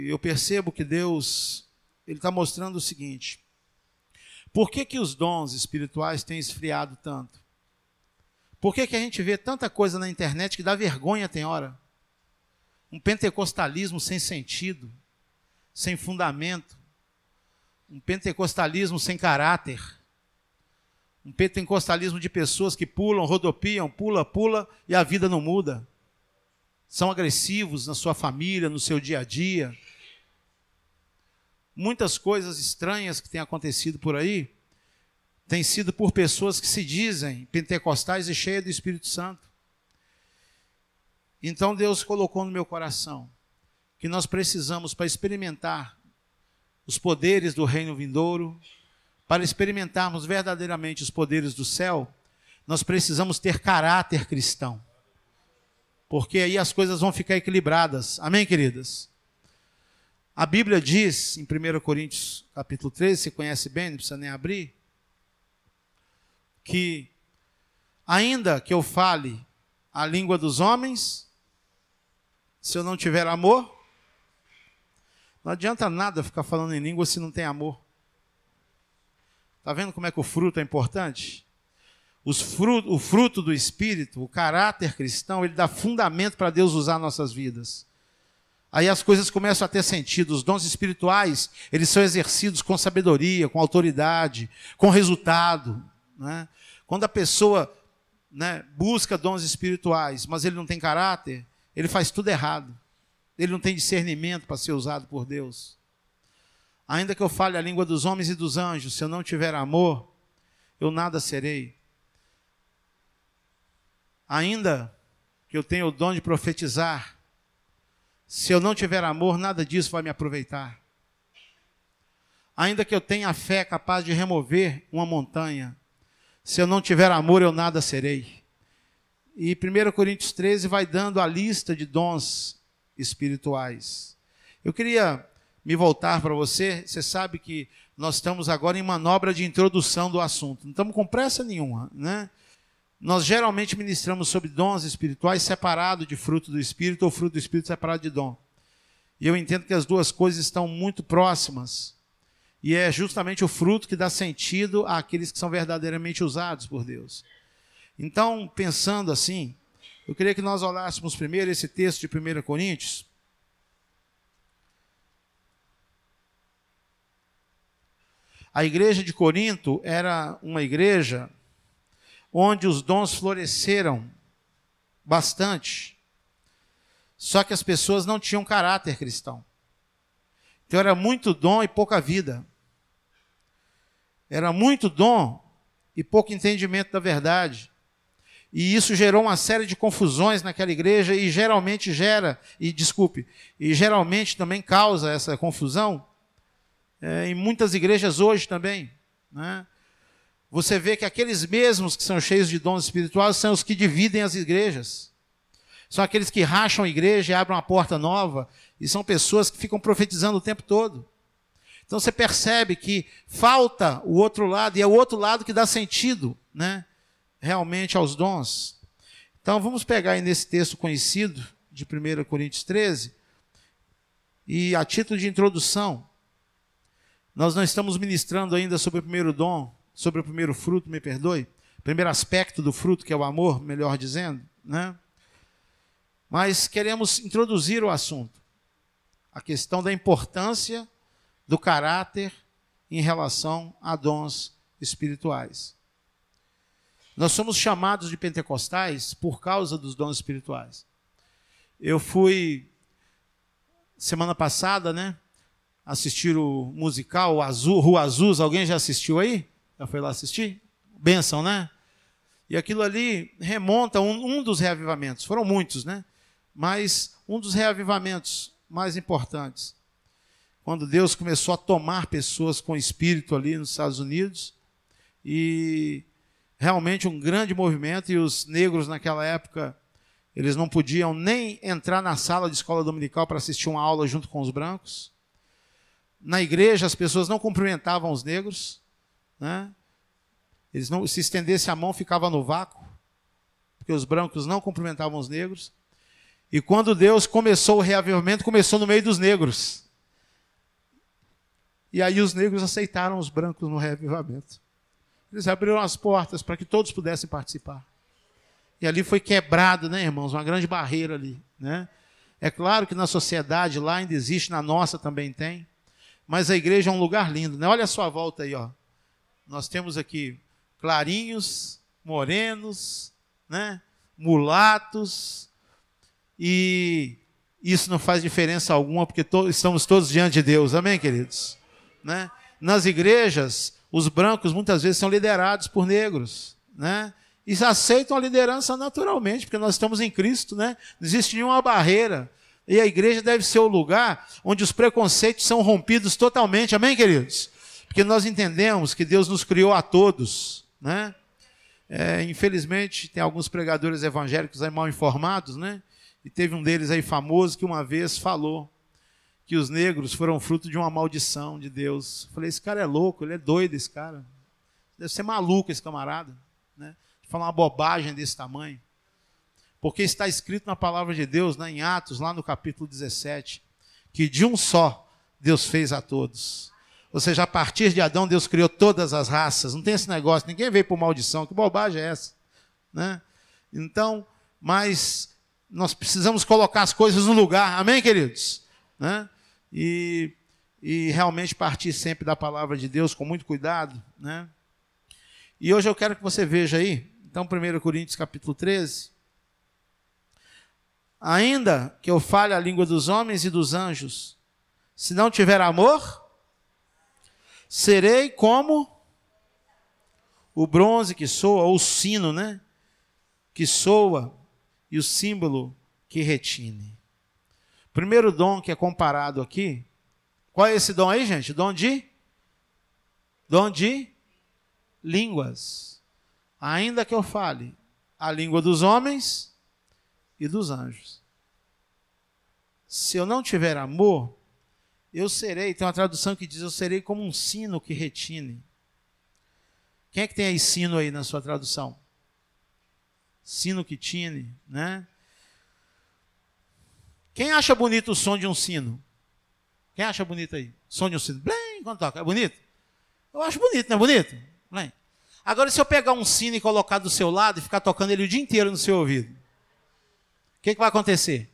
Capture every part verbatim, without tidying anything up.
Eu percebo que Deus ele está mostrando o seguinte: por que que os dons espirituais têm esfriado tanto? Por que que a gente vê tanta coisa na internet que dá vergonha tem hora? Um pentecostalismo sem sentido, sem fundamento, um pentecostalismo sem caráter, um pentecostalismo de pessoas que pulam, rodopiam, pula, pula e a vida não muda. São agressivos na sua família, no seu dia a dia. Muitas coisas estranhas que têm acontecido por aí têm sido por pessoas que se dizem pentecostais e cheias do Espírito Santo. Então Deus colocou no meu coração que nós precisamos, para experimentar os poderes do reino vindouro, para experimentarmos verdadeiramente os poderes do céu, nós precisamos ter caráter cristão. Porque aí as coisas vão ficar equilibradas. Amém, queridas? A Bíblia diz, em primeira Coríntios capítulo treze, você conhece bem, não precisa nem abrir, que ainda que eu fale a língua dos homens, se eu não tiver amor, não adianta nada ficar falando em língua se não tem amor. Está vendo como é que o fruto é importante? Os fruto, o fruto do Espírito, o caráter cristão, ele dá fundamento para Deus usar nossas vidas. Aí as coisas começam a ter sentido. Os dons espirituais, eles são exercidos com sabedoria, com autoridade, com resultado, né? Quando a pessoa, né, busca dons espirituais, mas ele não tem caráter, ele faz tudo errado. Ele não tem discernimento para ser usado por Deus. Ainda que eu fale a língua dos homens e dos anjos, se eu não tiver amor, eu nada serei. Ainda que eu tenha o dom de profetizar, se eu não tiver amor, nada disso vai me aproveitar. Ainda que eu tenha a fé capaz de remover uma montanha, se eu não tiver amor, eu nada serei. E primeira Coríntios treze vai dando a lista de dons espirituais. Eu queria me voltar para você. Você sabe que nós estamos agora em manobra de introdução do assunto. Não estamos com pressa nenhuma, né? Nós geralmente ministramos sobre dons espirituais separado de fruto do Espírito ou fruto do Espírito separado de dom. E eu entendo que as duas coisas estão muito próximas. E é justamente o fruto que dá sentido àqueles que são verdadeiramente usados por Deus. Então, pensando assim, eu queria que nós olhássemos primeiro esse texto de primeira Coríntios. A igreja de Corinto era uma igreja onde os dons floresceram bastante, só que as pessoas não tinham caráter cristão. Então era muito dom e pouca vida. Era muito dom e pouco entendimento da verdade. E isso gerou uma série de confusões naquela igreja e geralmente gera, e desculpe, e geralmente também causa essa confusão é, em muitas igrejas hoje também, né? Você vê que aqueles mesmos que são cheios de dons espirituais são os que dividem as igrejas. São aqueles que racham a igreja e abrem uma porta nova, e são pessoas que ficam profetizando o tempo todo. Então você percebe que falta o outro lado, e é o outro lado que dá sentido, né, realmente aos dons. Então vamos pegar aí nesse texto conhecido de primeira Coríntios treze, e a título de introdução, nós não estamos ministrando ainda sobre o primeiro dom, sobre o primeiro fruto, me perdoe, primeiro aspecto do fruto, que é o amor, melhor dizendo, né? Mas queremos introduzir o assunto, a questão da importância do caráter em relação a dons espirituais. Nós somos chamados de pentecostais por causa dos dons espirituais. Eu fui, semana passada, né, assistir o musical o Azul, Rua Azul. Alguém já assistiu aí? Já foi lá assistir? Bênção, né? E aquilo ali remonta a um, um dos reavivamentos. Foram muitos, né? Mas um dos reavivamentos mais importantes. Quando Deus começou a tomar pessoas com espírito ali nos Estados Unidos. E realmente um grande movimento. E os negros naquela época, eles não podiam nem entrar na sala de escola dominical para assistir uma aula junto com os brancos. Na igreja, as pessoas não cumprimentavam os negros, né? Eles não, se estendesse a mão, ficava no vácuo, porque os brancos não cumprimentavam os negros. E quando Deus começou o reavivamento, começou no meio dos negros. E aí os negros aceitaram os brancos no reavivamento. Eles abriram as portas para que todos pudessem participar. E ali foi quebrado, né, irmãos, uma grande barreira ali, né? É claro que na sociedade lá ainda existe, na nossa também tem, mas a igreja é um lugar lindo, né? Olha a sua volta aí, ó. Nós temos aqui clarinhos, morenos, né? Mulatos, e isso não faz diferença alguma, porque to- estamos todos diante de Deus, amém, queridos? Né? Nas igrejas, os brancos muitas vezes são liderados por negros, né? E aceitam a liderança naturalmente, porque nós estamos em Cristo, né? Não existe nenhuma barreira. E a igreja deve ser o lugar onde os preconceitos são rompidos totalmente, amém, queridos? Porque nós entendemos que Deus nos criou a todos, né? É, infelizmente, tem alguns pregadores evangélicos aí mal informados, né? E teve um deles aí famoso que uma vez falou que os negros foram fruto de uma maldição de Deus. Eu falei, esse cara é louco, ele é doido, esse cara. Deve ser maluco esse camarada, né? Falar uma bobagem desse tamanho. Porque está escrito na palavra de Deus, né, em Atos, lá no capítulo dezessete, que de um só Deus fez a todos. Ou seja, a partir de Adão, Deus criou todas as raças. Não tem esse negócio, ninguém veio por maldição. Que bobagem é essa? Né? Então, mas nós precisamos colocar as coisas no lugar. Amém, queridos? Né? E, e realmente partir sempre da palavra de Deus com muito cuidado. Né? E hoje eu quero que você veja aí, então, primeira Coríntios capítulo treze. Ainda que eu fale a língua dos homens e dos anjos, se não tiver amor, serei como o bronze que soa, ou o sino, né? Que soa, e o símbolo que retine. Primeiro dom que é comparado aqui, qual é esse dom aí, gente? Dom de? Dom de línguas. Ainda que eu fale a língua dos homens e dos anjos. Se eu não tiver amor, eu serei, tem uma tradução que diz, eu serei como um sino que retine. Quem é que tem aí sino aí na sua tradução? Sino que tine, né? Quem acha bonito o som de um sino? Quem acha bonito aí? Som de um sino. Blim, quando toca, é bonito? Eu acho bonito, não é bonito? Blim. Agora, se eu pegar um sino e colocar do seu lado e ficar tocando ele o dia inteiro no seu ouvido, o que, que vai acontecer?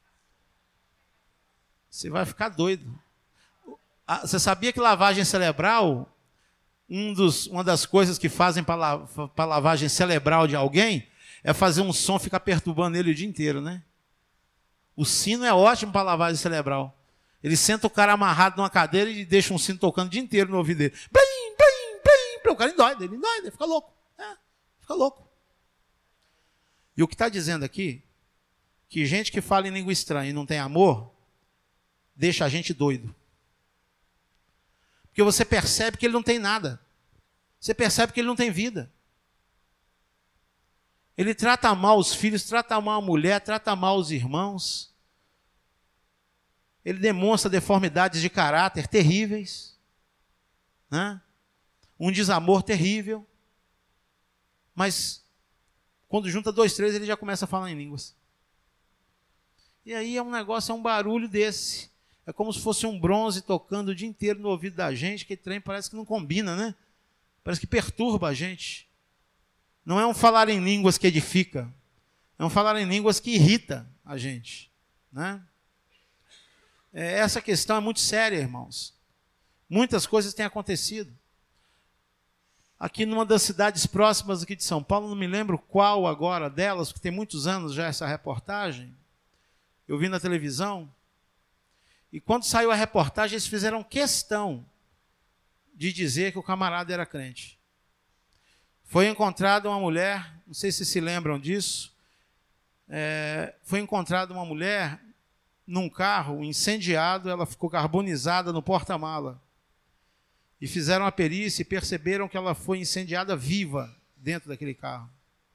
Você vai ficar doido. Você sabia que lavagem cerebral, um dos, uma das coisas que fazem para a lavagem cerebral de alguém é fazer um som ficar perturbando ele o dia inteiro, né? O sino é ótimo para lavagem cerebral. Ele senta o cara amarrado numa cadeira e deixa um sino tocando o dia inteiro no ouvido dele. Blim, blim, blim, blim. O cara endoida, ele endoida, ele fica louco. É, fica louco. E o que está dizendo aqui, que gente que fala em língua estranha e não tem amor, deixa a gente doido. Porque você percebe que ele não tem nada. Você percebe que ele não tem vida. Ele trata mal os filhos, trata mal a mulher, trata mal os irmãos. Ele demonstra deformidades de caráter terríveis, né? Um desamor terrível. Mas, quando junta dois, três, ele já começa a falar em línguas. E aí é um negócio, é um barulho desse. É como se fosse um bronze tocando o dia inteiro no ouvido da gente, que trem parece que não combina, né? Parece que perturba a gente. Não é um falar em línguas que edifica, é um falar em línguas que irrita a gente, né? É, essa questão é muito séria, irmãos. Muitas coisas têm acontecido. Aqui numa das cidades próximas aqui de São Paulo, não me lembro qual agora delas, porque tem muitos anos já essa reportagem, eu vi na televisão, e quando saiu a reportagem, eles fizeram questão de dizer que o camarada era crente. Foi encontrada uma mulher, não sei se se lembram disso, é, foi encontrada uma mulher num carro incendiado, ela ficou carbonizada no porta-mala. E fizeram a perícia e perceberam que ela foi incendiada viva dentro daquele carro.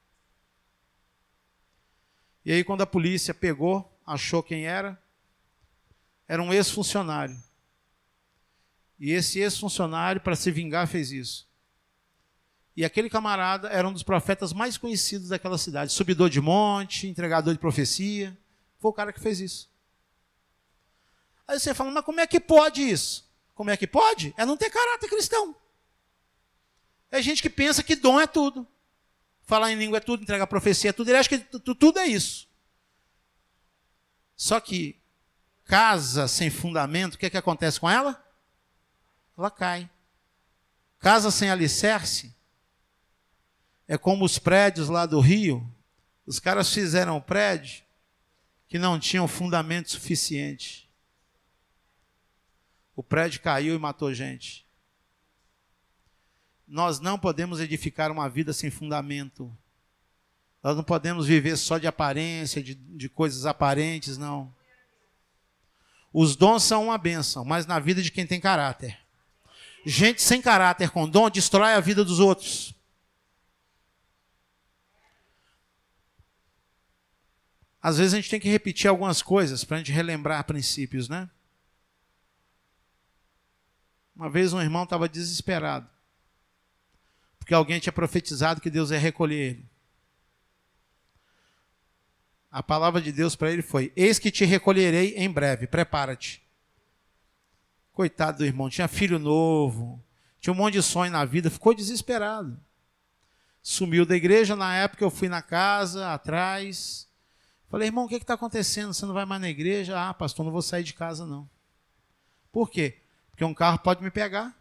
E aí, quando a polícia pegou, achou quem era, era um ex-funcionário. E esse ex-funcionário, para se vingar, fez isso. E aquele camarada era um dos profetas mais conhecidos daquela cidade. Subidor de monte, entregador de profecia. Foi o cara que fez isso. Aí você fala, mas como é que pode isso? Como é que pode? É não ter caráter cristão. É gente que pensa que dom é tudo. Falar em língua é tudo, entregar profecia é tudo. Ele acha que tudo é isso. Só que casa sem fundamento, o que, é que acontece com ela? Ela cai. Casa sem alicerce é como os prédios lá do Rio. Os caras fizeram um prédio que não tinham fundamento suficiente. O prédio caiu e matou gente. Nós não podemos edificar uma vida sem fundamento. Nós não podemos viver só de aparência, de, de coisas aparentes, não. Os dons são uma bênção, mas na vida de quem tem caráter. Gente sem caráter com dom destrói a vida dos outros. Às vezes a gente tem que repetir algumas coisas para a gente relembrar princípios, né? Uma vez um irmão estava desesperado, porque alguém tinha profetizado que Deus ia recolher ele. A palavra de Deus para ele foi: eis que te recolherei em breve, prepara-te. Coitado do irmão, tinha filho novo, tinha um monte de sonho na vida, ficou desesperado. Sumiu da igreja. Na época eu fui na casa, atrás. Falei: irmão, o que está acontecendo? Você não vai mais na igreja? Ah, pastor, não vou sair de casa não. Por quê? Porque um carro pode me pegar.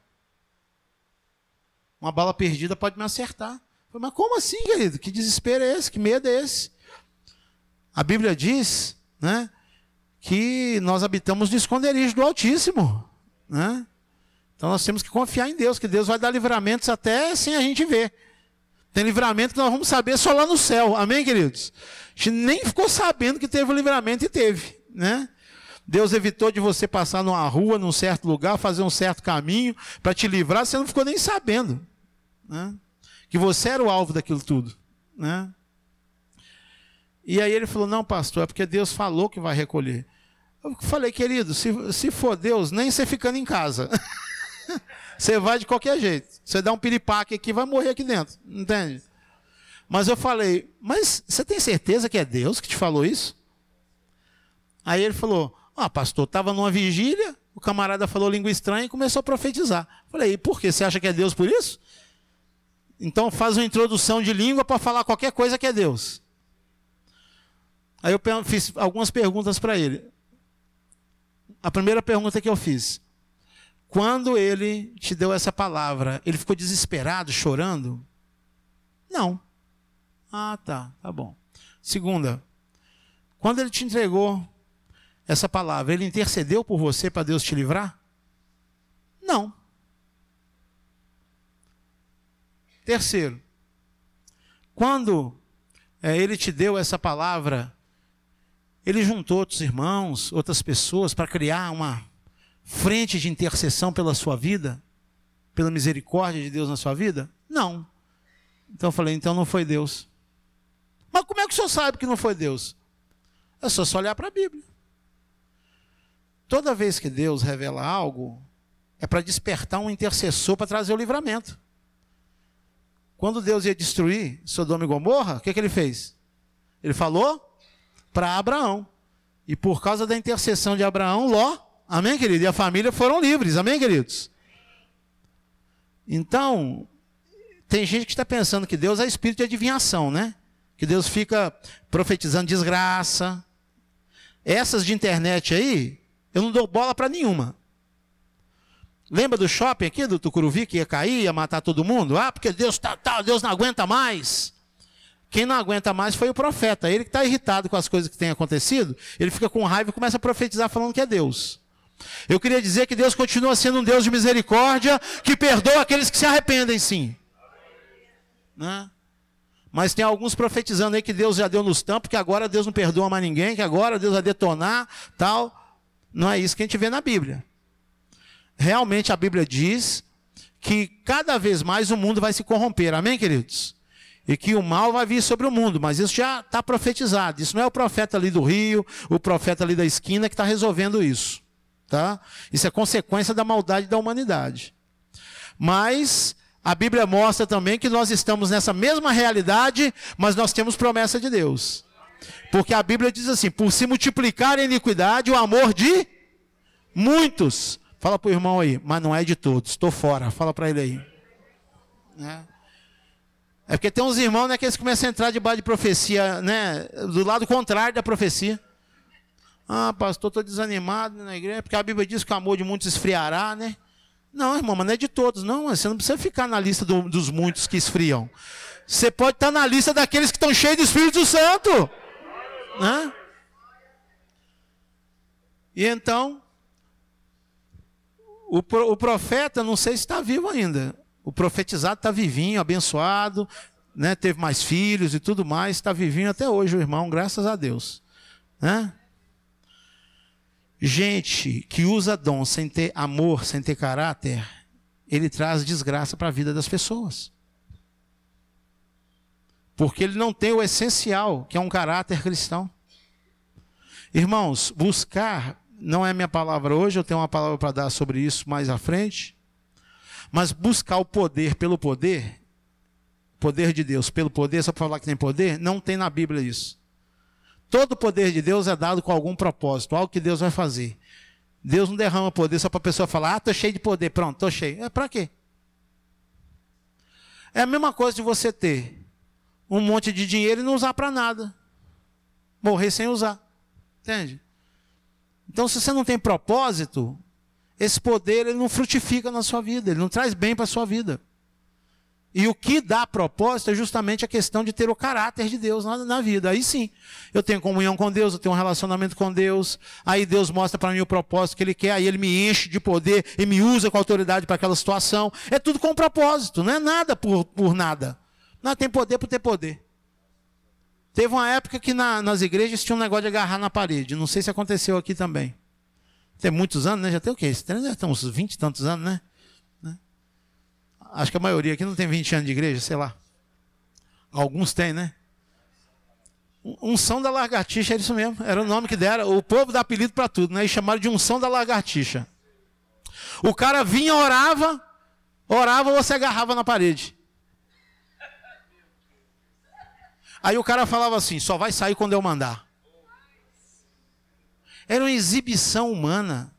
Uma bala perdida pode me acertar. Falei: mas como assim, querido? Que desespero é esse? Que medo é esse? A Bíblia diz, né, que nós habitamos no esconderijo do Altíssimo. Né? Então nós temos que confiar em Deus, que Deus vai dar livramentos até sem a gente ver. Tem livramento que nós vamos saber só lá no céu. Amém, queridos? A gente nem ficou sabendo que teve o livramento e teve. Né? Deus evitou de você passar numa rua, num certo lugar, fazer um certo caminho para te livrar, você não ficou nem sabendo. Né? Que você era o alvo daquilo tudo. Né? E aí ele falou: não, pastor, é porque Deus falou que vai recolher. Eu falei: querido, se, se for Deus, nem você ficando em casa. Você vai de qualquer jeito. Você dá um piripaque aqui, vai morrer aqui dentro. Entende? Mas eu falei: mas você tem certeza que é Deus que te falou isso? Aí ele falou: ah, pastor, estava numa vigília, o camarada falou língua estranha e começou a profetizar. Eu falei: e por quê? Você acha que é Deus por isso? Então faz uma introdução de língua para falar qualquer coisa que é Deus. Aí eu fiz algumas perguntas para ele. A primeira pergunta que eu fiz: quando ele te deu essa palavra, ele ficou desesperado, chorando? Não. Ah, tá, tá bom. Segunda: quando ele te entregou essa palavra, ele intercedeu por você para Deus te livrar? Não. Terceiro: quando é, ele te deu essa palavra, ele juntou outros irmãos, outras pessoas, para criar uma frente de intercessão pela sua vida, pela misericórdia de Deus na sua vida? Não. Então eu falei: então não foi Deus. Mas como é que o senhor sabe que não foi Deus? É só só olhar para a Bíblia. Toda vez que Deus revela algo, é para despertar um intercessor para trazer o livramento. Quando Deus ia destruir Sodoma e Gomorra, o que, que ele fez? Ele falou para Abraão. E por causa da intercessão de Abraão, Ló, amém, querido? E a família foram livres, amém, queridos? Então, tem gente que está pensando que Deus é espírito de adivinhação, né? Que Deus fica profetizando desgraça. Essas de internet aí, eu não dou bola para nenhuma. Lembra do shopping aqui, do Tucuruvi, que ia cair, ia matar todo mundo? Ah, porque Deus, tá, tá, Deus não aguenta mais. Quem não aguenta mais foi o profeta. Ele que está irritado com as coisas que têm acontecido, ele fica com raiva e começa a profetizar falando que é Deus. Eu queria dizer que Deus continua sendo um Deus de misericórdia, que perdoa aqueles que se arrependem, sim. Né? Mas tem alguns profetizando aí que Deus já deu nos tampos, que agora Deus não perdoa mais ninguém, que agora Deus vai detonar, tal. Não é isso que a gente vê na Bíblia. Realmente a Bíblia diz que cada vez mais o mundo vai se corromper, amém, queridos? E que o mal vai vir sobre o mundo, mas isso já está profetizado. Isso não é o profeta ali do Rio, o profeta ali da esquina que está resolvendo isso. Tá? Isso é consequência da maldade da humanidade. Mas a Bíblia mostra também que nós estamos nessa mesma realidade, mas nós temos promessa de Deus. Porque a Bíblia diz assim: por se multiplicar a iniquidade, o amor de muitos Fala para o irmão aí, mas não é de todos, estou fora. Fala para ele aí. É. é porque tem uns irmãos, né, que eles começam a entrar debaixo de profecia, né, do lado contrário da profecia. Ah, pastor, estou desanimado na igreja, porque a Bíblia diz que o amor de muitos esfriará, né? Não, irmão, mas não é de todos, não. Você não precisa ficar na lista do, dos muitos que esfriam. Você pode estar na lista daqueles que estão cheios do Espírito Santo. Né? E então, o, o profeta, não sei se está vivo ainda. O profetizado está vivinho, abençoado, né? Teve mais filhos e tudo mais, está vivinho até hoje, o irmão, graças a Deus. Né? Gente que usa dom sem ter amor, sem ter caráter, ele traz desgraça para a vida das pessoas. Porque ele não tem o essencial, que é um caráter cristão. Irmãos, buscar, não é minha palavra hoje, eu tenho uma palavra para dar sobre isso mais à frente. Mas buscar o poder pelo poder, poder de Deus pelo poder, só para falar que tem poder, não tem na Bíblia isso. Todo o poder de Deus é dado com algum propósito, algo que Deus vai fazer. Deus não derrama poder só para a pessoa falar, ah, estou cheio de poder, pronto, estou cheio. É para quê? É a mesma coisa de você ter um monte de dinheiro e não usar para nada. Morrer sem usar. Entende? Então, se você não tem propósito, esse poder ele não frutifica na sua vida, ele não traz bem para a sua vida. E o que dá propósito é justamente a questão de ter o caráter de Deus na, na vida. Aí sim, eu tenho comunhão com Deus, eu tenho um relacionamento com Deus, aí Deus mostra para mim o propósito que Ele quer, aí Ele me enche de poder e me usa com autoridade para aquela situação. É tudo com propósito, não é nada por, por nada. Não tem poder por ter poder. Teve uma época que na, nas igrejas tinha um negócio de agarrar na parede, não sei se aconteceu aqui também. Tem muitos anos, né? Já tem o quê? Já tem uns vinte e tantos anos, né? Acho que a maioria aqui não tem vinte anos de igreja, sei lá. Alguns têm, né? Unção da lagartixa, era isso mesmo. Era o nome que deram. O povo dá apelido para tudo, né? E chamaram de unção da lagartixa. O cara vinha, orava, orava, você agarrava na parede. Aí o cara falava assim, só vai sair quando eu mandar. Era uma exibição humana.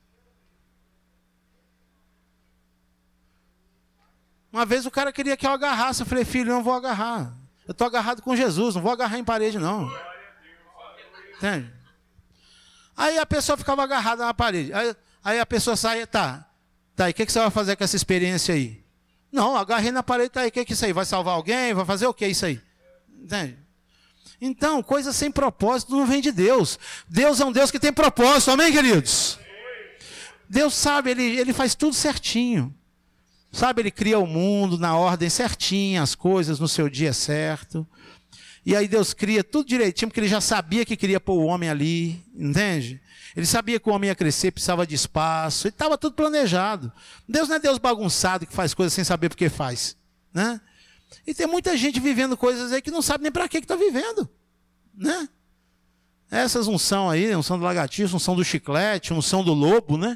Uma vez o cara queria que eu agarrasse. Eu falei, filho, eu não vou agarrar. Eu estou agarrado com Jesus, não vou agarrar em parede, não. Entende? Aí a pessoa ficava agarrada na parede. Aí, aí a pessoa saía, tá. Tá, e o que, que você vai fazer com essa experiência aí? Não, agarrei na parede, tá aí, o que, que é isso aí? Vai salvar alguém? Vai fazer o que isso aí? Entende? Então, coisa sem propósito não vem de Deus. Deus é um Deus que tem propósito, amém, queridos? Deus sabe, Ele, ele faz tudo certinho. Sabe, Ele cria o mundo na ordem certinha, as coisas no seu dia certo. E aí Deus cria tudo direitinho, porque Ele já sabia que queria pôr o homem ali, entende? Ele sabia que o homem ia crescer, precisava de espaço, e estava tudo planejado. Deus não é Deus bagunçado que faz coisas sem saber por que faz, né? E tem muita gente vivendo coisas aí que não sabe nem para que está vivendo, né? Essas unção aí, unção do lagartixa, unção do chiclete, unção do lobo, né?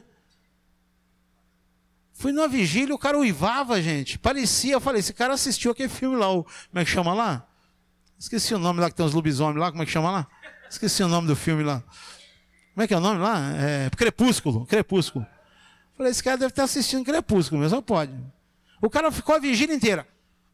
Fui numa vigília, o cara uivava, gente. Parecia, eu falei, esse cara assistiu aquele filme lá, o, como é que chama lá? Esqueci o nome lá, que tem uns lobisomens lá, como é que chama lá? Esqueci o nome do filme lá. Como é que é o nome lá? É, Crepúsculo, Crepúsculo. Falei, esse cara deve estar assistindo Crepúsculo, mas só pode. O cara ficou a vigília inteira.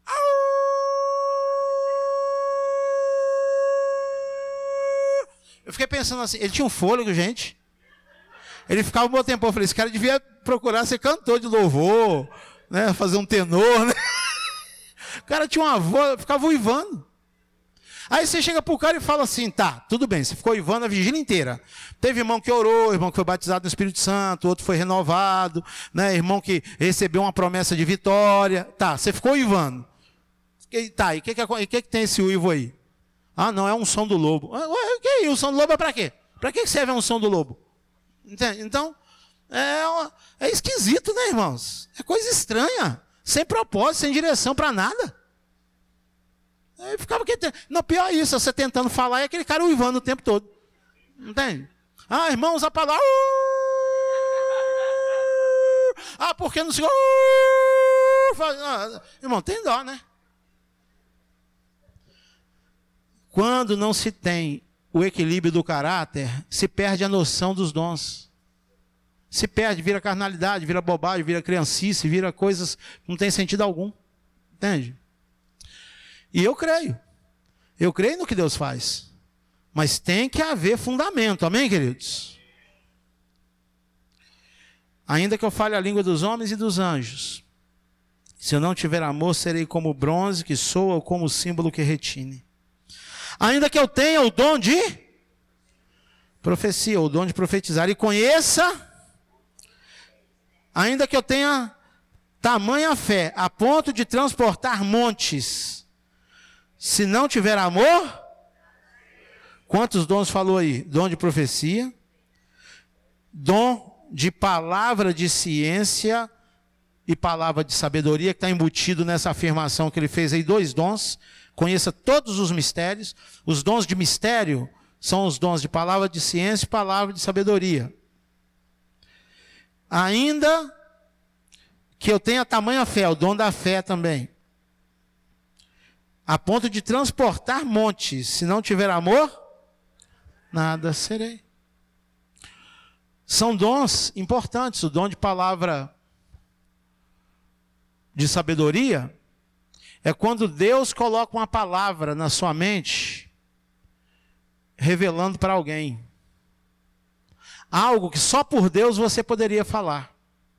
Eu fiquei pensando assim, ele tinha um fôlego, gente. Ele ficava um bom tempo, eu falei, esse cara devia procurar ser cantor de louvor, né? Fazer um tenor, né? O cara tinha uma voz, ficava uivando. Aí você chega pro cara e fala assim, tá, tudo bem, você ficou uivando a vigília inteira. Teve irmão que orou, irmão que foi batizado no Espírito Santo, outro foi renovado, né? Irmão que recebeu uma promessa de vitória. Tá, você ficou uivando. Tá, e o que, que, que, que tem esse uivo aí? Ah, não, é um som do lobo. Ué, que aí? O som do lobo é para quê? Para que serve um som do lobo? Entende? Então, é, uma, é esquisito, né, irmãos? É coisa estranha. Sem propósito, sem direção para nada. Aí ficava aqui. Não, pior é isso, você tentando falar e aquele cara uivando o tempo todo. Entende? Ah, irmãos, a palavra. Ah, porque não se. Ah, irmão, tem dó, né? Quando não se tem o equilíbrio do caráter, se perde a noção dos dons. Se perde, vira carnalidade, vira bobagem, vira criancice, vira coisas que não tem sentido algum. Entende? E eu creio. Eu creio no que Deus faz. Mas tem que haver fundamento. Amém, queridos? Ainda que eu fale a língua dos homens e dos anjos, se eu não tiver amor, serei como o bronze que soa ou como o símbolo que retine. Ainda que eu tenha o dom de profecia, o dom de profetizar, e conheça... Ainda que eu tenha tamanha fé, a ponto de transportar montes, se não tiver amor, quantos dons falou aí? Dom de profecia, dom de palavra de ciência e palavra de sabedoria, que está embutido nessa afirmação que ele fez aí, dois dons. Conheça todos os mistérios. Os dons de mistério são os dons de palavra de ciência e palavra de sabedoria. Ainda que eu tenha tamanha fé, o dom da fé também, a ponto de transportar montes, se não tiver amor, nada serei. São dons importantes. O dom de palavra de sabedoria é quando Deus coloca uma palavra na sua mente, revelando para alguém algo que só por Deus você poderia falar.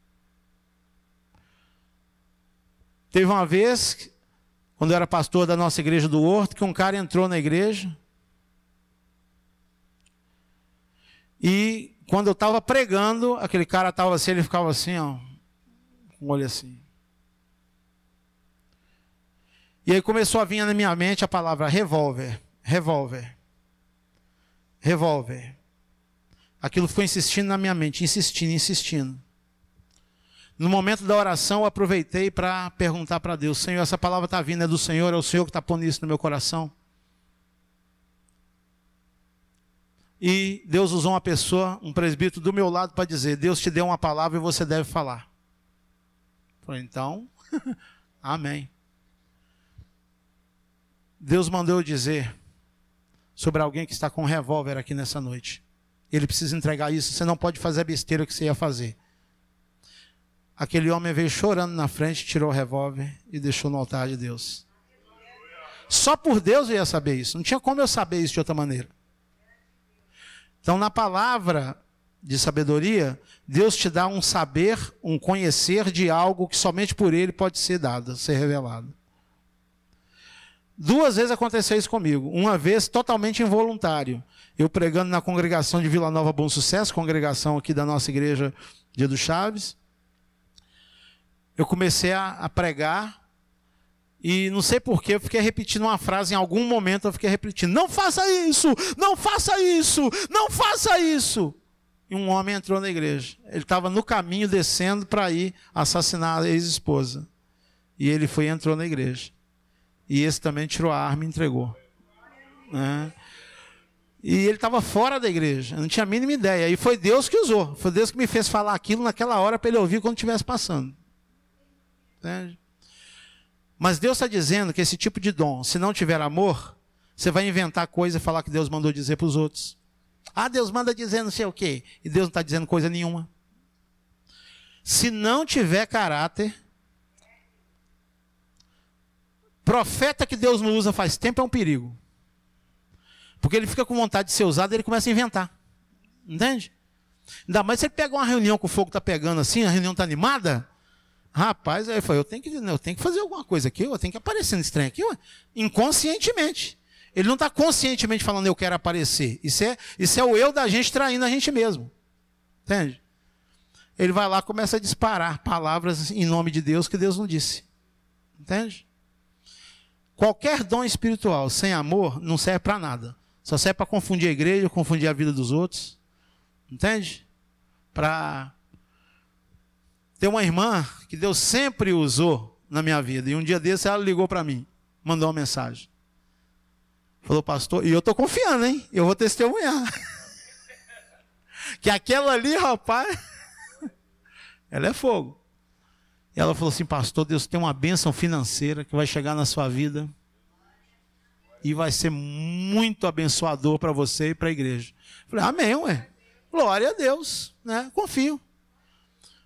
Teve uma vez, quando eu era pastor da nossa igreja do Horto, que um cara entrou na igreja. E quando eu estava pregando, aquele cara estava assim, ele ficava assim, ó, com o olho assim. E aí começou a vir na minha mente a palavra revólver, revólver, revólver. Aquilo foi insistindo na minha mente, insistindo, insistindo. No momento da oração, eu aproveitei para perguntar para Deus: Senhor, essa palavra está vindo, é do Senhor, é o Senhor que está pondo isso no meu coração? E Deus usou uma pessoa, um presbítero do meu lado para dizer: Deus te deu uma palavra e você deve falar. Eu falei, então, amém. Deus mandou eu dizer sobre alguém que está com um revólver aqui nessa noite. Ele precisa entregar isso, você não pode fazer a besteira que você ia fazer. Aquele homem veio chorando na frente, tirou o revólver e deixou no altar de Deus. Só por Deus eu ia saber isso. Não tinha como eu saber isso de outra maneira. Então, na palavra de sabedoria, Deus te dá um saber, um conhecer de algo que somente por Ele pode ser dado, ser revelado. Duas vezes aconteceu isso comigo. Uma vez totalmente involuntário. Eu pregando na congregação de Vila Nova Bom Sucesso, congregação aqui da nossa igreja Dia do Chaves. Eu comecei a, a pregar e não sei porquê, eu fiquei repetindo uma frase, em algum momento eu fiquei repetindo: não faça isso, não faça isso, não faça isso. E um homem entrou na igreja. Ele estava no caminho descendo para ir assassinar a ex-esposa. E ele foi e entrou na igreja. E esse também tirou a arma e entregou. É. E ele estava fora da igreja, eu não tinha a mínima ideia. E foi Deus que usou, foi Deus que me fez falar aquilo naquela hora para ele ouvir quando estivesse passando. Entende? Mas Deus está dizendo que esse tipo de dom, se não tiver amor, você vai inventar coisa e falar que Deus mandou dizer para os outros. Ah, Deus manda dizer não sei o quê. E Deus não está dizendo coisa nenhuma. Se não tiver caráter, profeta que Deus não usa faz tempo é um perigo. Porque ele fica com vontade de ser usado e ele começa a inventar. Entende? Ainda mais se ele pega uma reunião que o fogo está pegando assim, a reunião está animada. Rapaz, aí foi, eu tenho que, eu tenho que fazer alguma coisa aqui, eu tenho que aparecer nesse trem aqui, ué, inconscientemente. Ele não está conscientemente falando eu quero aparecer. Isso é, isso é o eu da gente traindo a gente mesmo. Entende? Ele vai lá e começa a disparar palavras em nome de Deus que Deus não disse. Entende? Qualquer dom espiritual sem amor não serve para nada. Só serve para confundir a igreja, confundir a vida dos outros. Entende? Para... Tem uma irmã que Deus sempre usou na minha vida. E um dia desse ela ligou para mim. Mandou uma mensagem. Falou, pastor, e eu estou confiando, hein? Eu vou testemunhar. Que aquela ali, rapaz, ela é fogo. E ela falou assim, pastor, Deus tem uma bênção financeira que vai chegar na sua vida. E vai ser muito abençoador para você e para a igreja. Falei, amém, ué. Glória a Deus, né? Confio.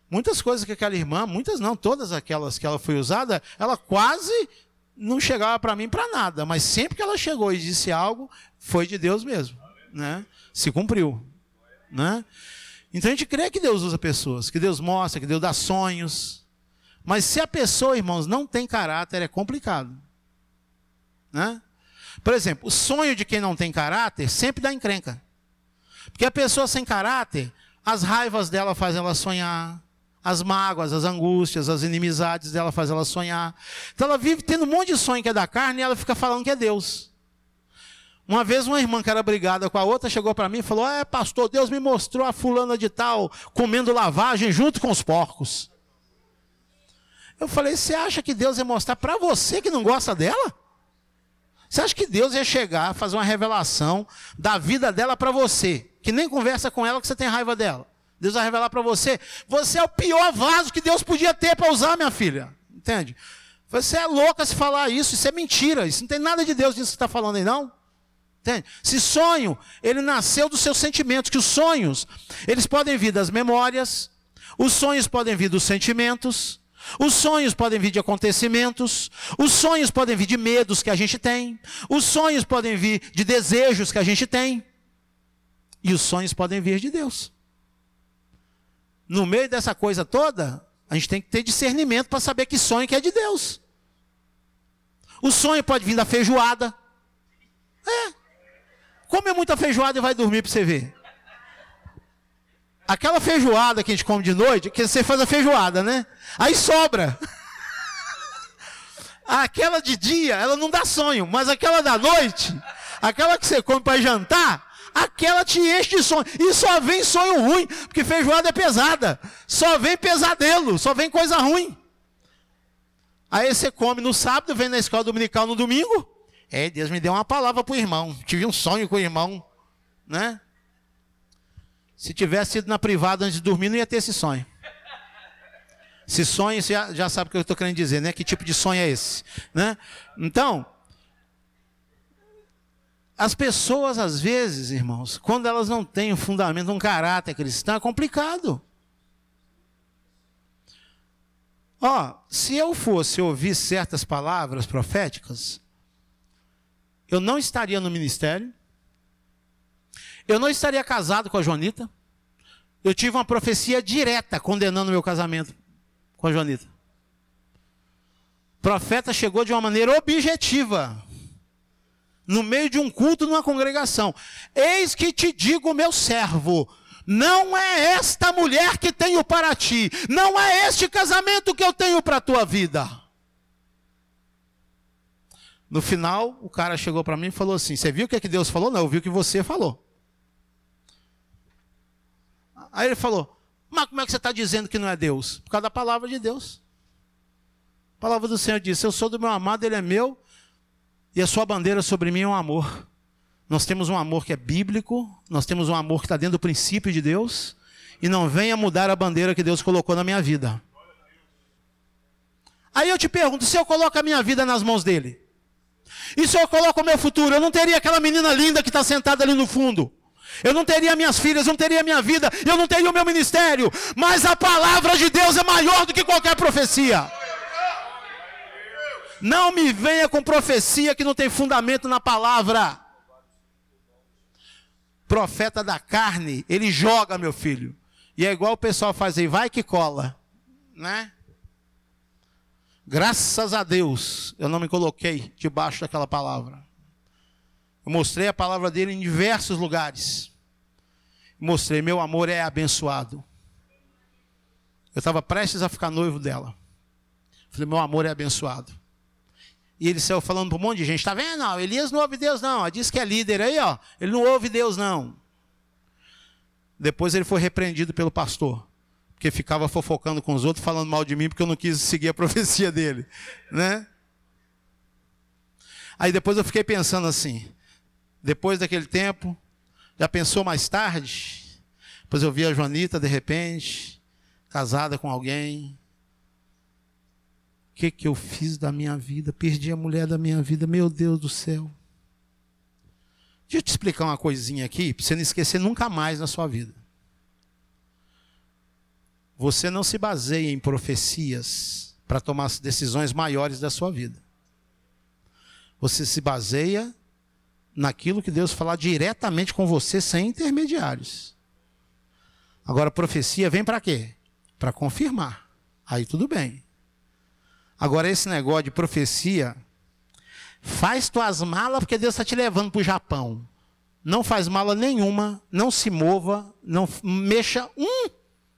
Muitas coisas que aquela irmã, muitas não, todas aquelas que ela foi usada, ela quase não chegava para mim para nada, mas sempre que ela chegou e disse algo, foi de Deus mesmo, né? Se cumpriu, né? Então a gente crê que Deus usa pessoas, que Deus mostra, que Deus dá sonhos, mas se a pessoa, irmãos, não tem caráter, é complicado, né? Por exemplo, o sonho de quem não tem caráter sempre dá encrenca, porque a pessoa sem caráter, as raivas dela fazem ela sonhar, as mágoas, as angústias, as inimizades dela fazem ela sonhar. Então ela vive tendo um monte de sonho que é da carne e ela fica falando que é Deus. Uma vez uma irmã que era brigada com a outra chegou para mim e falou: é, pastor, Deus me mostrou a fulana de tal comendo lavagem junto com os porcos. Eu falei: você acha que Deus ia mostrar para você que não gosta dela? Você acha que Deus ia chegar, fazer uma revelação da vida dela para você, que nem conversa com ela, que você tem raiva dela? Deus vai revelar para você: você é o pior vaso que Deus podia ter para usar, minha filha. Entende? Você é louca se falar isso, isso é mentira, isso não tem nada de Deus nisso que você está falando aí, não. Entende? Se sonho, ele nasceu dos seus sentimentos, que os sonhos, eles podem vir das memórias, os sonhos podem vir dos sentimentos, os sonhos podem vir de acontecimentos, os sonhos podem vir de medos que a gente tem, os sonhos podem vir de desejos que a gente tem, e os sonhos podem vir de Deus. No meio dessa coisa toda, a gente tem que ter discernimento para saber que sonho que é de Deus. O sonho pode vir da feijoada. É. Come muita feijoada e vai dormir para você ver. Aquela feijoada que a gente come de noite, que você faz a feijoada, né? Aí sobra. Aquela de dia, ela não dá sonho, mas aquela da noite, aquela que você come para jantar, aquela te enche de sonho. E só vem sonho ruim, porque feijoada é pesada. Só vem pesadelo, só vem coisa ruim. Aí você come no sábado, vem na escola dominical no domingo. É, Deus me deu uma palavra para o irmão. Tive um sonho com o irmão, né? Se tivesse ido na privada antes de dormir, não ia ter esse sonho. Esse sonho, você já, já sabe o que eu estou querendo dizer, né? Que tipo de sonho é esse, né? Então, as pessoas, às vezes, irmãos, quando elas não têm um fundamento, um caráter cristão, é complicado. Ó, se eu fosse ouvir certas palavras proféticas, eu não estaria no ministério, eu não estaria casado com a Joanita, eu tive uma profecia direta condenando meu casamento com a Joanita. O profeta chegou de uma maneira objetiva, no meio de um culto, numa congregação: eis que te digo, meu servo, não é esta mulher que tenho para ti, não é este casamento que eu tenho para a tua vida. No final, o cara chegou para mim e falou assim: você viu o que, é que Deus falou? Não, eu vi o que você falou. Aí ele falou: mas como é que você está dizendo que não é Deus? Por causa da palavra de Deus. A palavra do Senhor disse: eu sou do meu amado, ele é meu, e a sua bandeira sobre mim é um amor. Nós temos um amor que é bíblico, nós temos um amor que está dentro do princípio de Deus, e não venha mudar a bandeira que Deus colocou na minha vida. Aí eu te pergunto: se eu coloco a minha vida nas mãos dele, e se eu coloco o meu futuro, eu não teria aquela menina linda que está sentada ali no fundo, eu não teria minhas filhas, eu não teria minha vida, eu não teria o meu ministério, mas a palavra de Deus é maior do que qualquer profecia. Não me venha com profecia que não tem fundamento na palavra. Profeta da carne, ele joga, meu filho, e é igual o pessoal faz aí: vai que cola, né? Graças a Deus, eu não me coloquei debaixo daquela palavra. Eu mostrei a palavra dele em diversos lugares. Mostrei: meu amor é abençoado. Eu estava prestes a ficar noivo dela. Falei: meu amor é abençoado. E ele saiu falando para um monte de gente: está vendo? Não, Elias não ouve Deus não. Diz que é líder aí, ó. Ele não ouve Deus não. Depois ele foi repreendido pelo pastor, porque ficava fofocando com os outros, falando mal de mim, porque eu não quis seguir a profecia dele, né? Aí depois eu fiquei pensando assim, depois daquele tempo, já pensou mais tarde? Depois eu vi a Joanita, de repente, casada com alguém. O que que eu fiz da minha vida? Perdi a mulher da minha vida, meu Deus do céu. Deixa eu te explicar uma coisinha aqui, para você não esquecer nunca mais na sua vida. Você não se baseia em profecias para tomar as decisões maiores da sua vida. Você se baseia naquilo que Deus falar diretamente com você, sem intermediários. Agora, a profecia vem para quê? Para confirmar. Aí tudo bem. Agora, esse negócio de profecia, faz tuas malas porque Deus está te levando para o Japão. Não faz mala nenhuma, não se mova, não mexa um,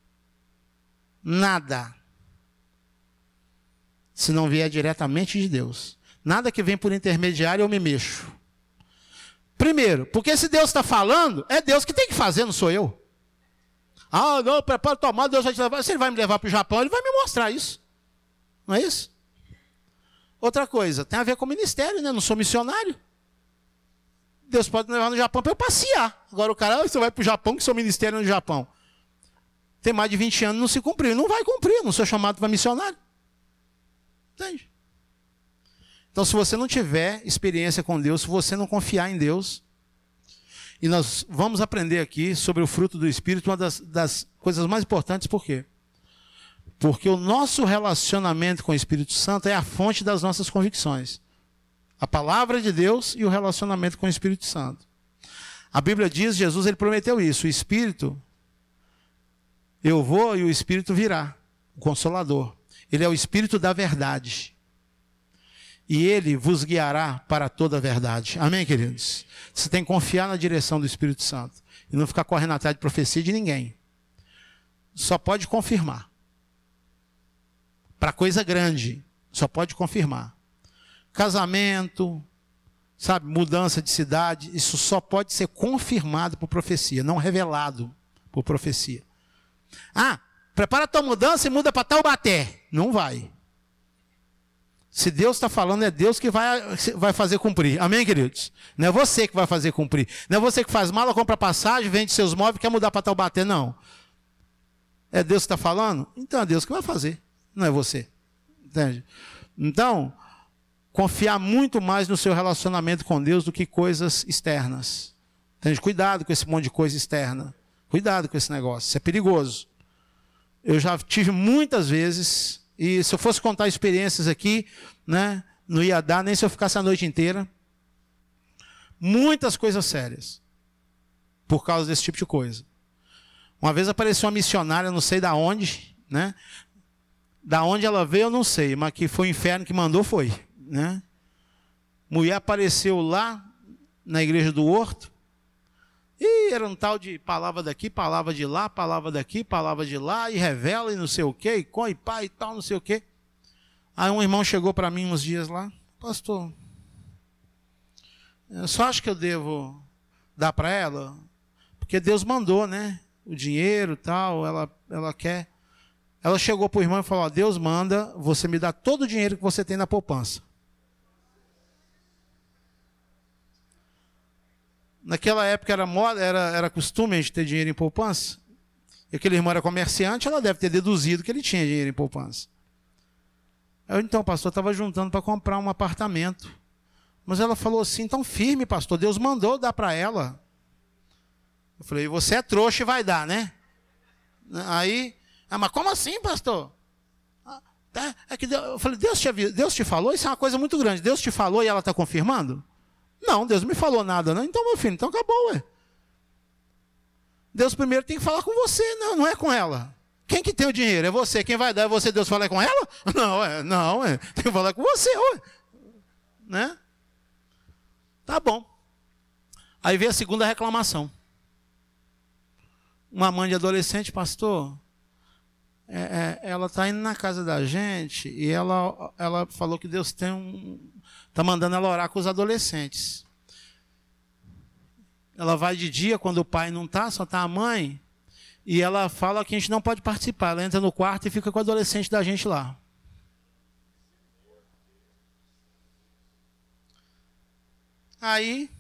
nada. Se não vier diretamente de Deus. Nada que vem por intermediário eu me mexo. Primeiro, porque se Deus está falando, é Deus que tem que fazer, não sou eu. Ah, não, prepara tua mala, Deus vai te levar. Se Ele vai me levar para o Japão, Ele vai me mostrar isso. Não é isso? Outra coisa, tem a ver com o ministério, né? Eu não sou missionário. Deus pode me levar no Japão para eu passear. Agora o cara, ah, você vai para o Japão, que seu ministério é no Japão. Tem mais de vinte anos, não se cumpriu. Não vai cumprir, não sou chamado para missionário. Entende? Então, se você não tiver experiência com Deus, se você não confiar em Deus, e nós vamos aprender aqui sobre o fruto do Espírito, uma das, das coisas mais importantes, por quê? Porque o nosso relacionamento com o Espírito Santo é a fonte das nossas convicções. A palavra de Deus e o relacionamento com o Espírito Santo. A Bíblia diz, Jesus ele prometeu isso, o Espírito, eu vou e o Espírito virá, o Consolador. Ele é o Espírito da verdade. E Ele vos guiará para toda a verdade. Amém, queridos? Você tem que confiar na direção do Espírito Santo. E não ficar correndo atrás de profecia de ninguém. Só pode confirmar. Para coisa grande, só pode confirmar. Casamento, sabe, mudança de cidade, isso só pode ser confirmado por profecia, não revelado por profecia. Ah, prepara a tua mudança e muda para Taubaté. Não vai. Se Deus está falando, é Deus que vai, vai fazer cumprir. Amém, queridos? Não é você que vai fazer cumprir. Não é você que faz mala, compra passagem, vende seus móveis e quer mudar para Taubaté, não. É Deus que está falando? Então é Deus que vai fazer. Não é você. Entende? Então, confiar muito mais no seu relacionamento com Deus do que coisas externas. Entende? Cuidado com esse monte de coisa externa. Cuidado com esse negócio. Isso é perigoso. Eu já tive muitas vezes, e se eu fosse contar experiências aqui, né, não ia dar nem se eu ficasse a noite inteira. Muitas coisas sérias. Por causa desse tipo de coisa. Uma vez apareceu uma missionária, não sei da onde, né? Da onde ela veio eu não sei, mas que foi o inferno que mandou foi, né? Mulher apareceu lá na igreja do Horto e era um tal de palavra daqui, palavra de lá, palavra daqui, palavra de lá, e revela e não sei o quê, e com e pá e tal, não sei o quê. Aí um irmão chegou para mim uns dias lá, pastor, eu só acho que eu devo dar para ela, porque Deus mandou, né? O dinheiro e tal, ela, ela quer. Ela chegou para o irmão e falou, ó, Deus manda você me dar todo o dinheiro que você tem na poupança. Naquela época era moda, era, era costume a gente ter dinheiro em poupança. E aquele irmão era comerciante, ela deve ter deduzido que ele tinha dinheiro em poupança. Eu, então, pastor, estava juntando para comprar um apartamento. Mas ela falou assim, então firme, pastor, Deus mandou dar para ela. Eu falei, você é trouxa e vai dar, né? Aí, ah, mas como assim, pastor? Ah, tá, é que Deus, eu falei, Deus te, Deus te falou? Isso é uma coisa muito grande. Deus te falou e ela está confirmando? Não, Deus não me falou nada, não. Então, meu filho, então acabou, ué. Deus primeiro tem que falar com você, não, não é com ela. Quem que tem o dinheiro? É você. Quem vai dar é você. Deus fala com ela? Não, é, não, é. Tem que falar com você, ué. Né? Tá bom. Aí veio a segunda reclamação. Uma mãe de adolescente, pastor, é, é, ela está indo na casa da gente e ela, ela falou que Deus tem um, está mandando ela orar com os adolescentes. Ela vai de dia quando o pai não está, só está a mãe, e ela fala que a gente não pode participar. Ela entra no quarto e fica com o adolescente da gente lá. Aí,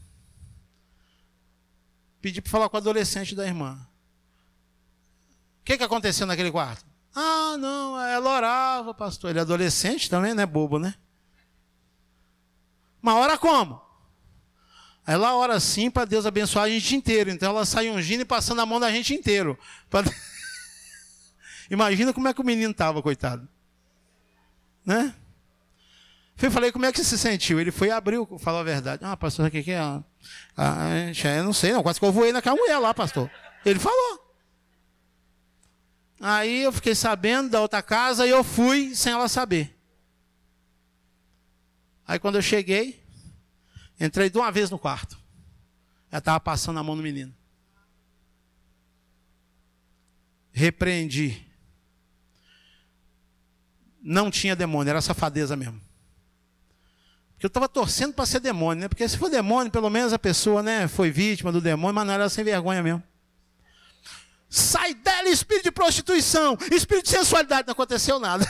pedi para falar com o adolescente da irmã. O que, que aconteceu naquele quarto? Ah, não, ela orava, pastor. Ele é adolescente também, não é bobo, né? Mas ora como? Ela ora assim para Deus abençoar a gente inteiro. Então ela sai ungindo e passando a mão da gente inteiro. Pra... Imagina como é que o menino estava, coitado. Né? Eu falei, como é que você se sentiu? Ele foi e abriu, falou a verdade. Ah, pastor, o que, que é? Ah, eu não sei, não. Quase que eu voei naquela mulher lá, pastor. Ele falou. Aí eu fiquei sabendo da outra casa e eu fui sem ela saber. Aí quando eu cheguei, entrei de uma vez no quarto. Ela estava passando a mão no menino. Repreendi. Não tinha demônio, era safadeza mesmo. Porque eu estava torcendo para ser demônio, né? Porque se for demônio, pelo menos a pessoa, né, foi vítima do demônio, mas não era sem vergonha mesmo. Sai dela, espírito de prostituição, espírito de sensualidade, não aconteceu nada.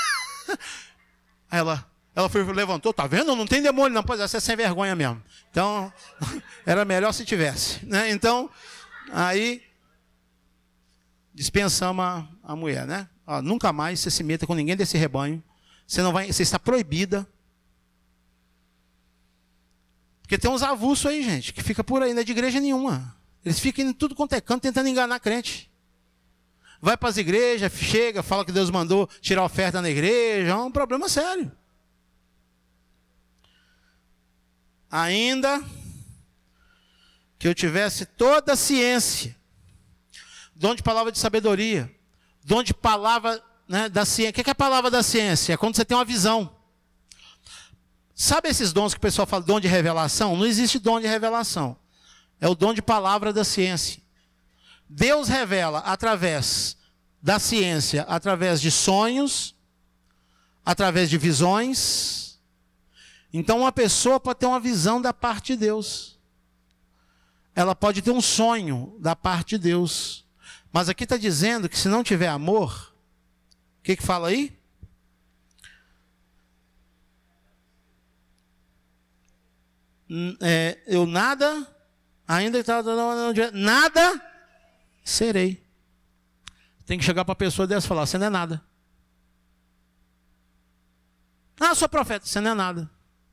Aí ela, ela foi, levantou, tá vendo? Não tem demônio não, pois essa é sem vergonha mesmo. Então, era melhor se tivesse, né? Então, aí, dispensamos a, a mulher, né? Ó, nunca mais você se meta com ninguém desse rebanho, você, não vai, você está proibida. Porque tem uns avulsos aí, gente, que fica por aí, não é de igreja nenhuma. Eles ficam em tudo quanto é canto, tentando enganar crente. Vai para as igrejas, chega, fala que Deus mandou tirar oferta na igreja, é um problema sério. Ainda que eu tivesse toda a ciência, dom de palavra de sabedoria, dom de palavra, né, da ciência. O que é a palavra da ciência? É quando você tem uma visão. Sabe esses dons que o pessoal fala, dom de revelação? Não existe dom de revelação. É o dom de palavra da ciência. Deus revela através da ciência, através de sonhos, através de visões. Então uma pessoa pode ter uma visão da parte de Deus. Ela pode ter um sonho da parte de Deus. Mas aqui está dizendo que se não tiver amor, o que que fala aí? É, eu nada, ainda que nada serei. Tem que chegar para a pessoa dessa e falar, você não é nada. Ah, sou profeta, você não é nada.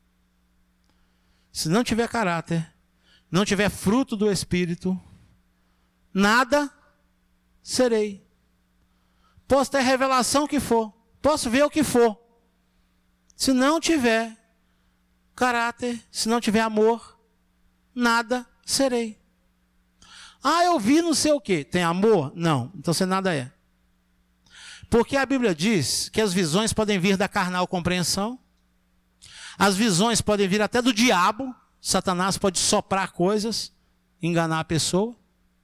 Se não tiver caráter, não tiver fruto do Espírito, nada serei. Posso ter revelação que for, posso ver o que for. Se não tiver caráter, se não tiver amor, nada serei. Ah, eu vi não sei o quê. Tem amor? Não. Então você nada é. Porque a Bíblia diz que as visões podem vir da carnal compreensão. As visões podem vir até do diabo. Satanás pode soprar coisas, enganar a pessoa.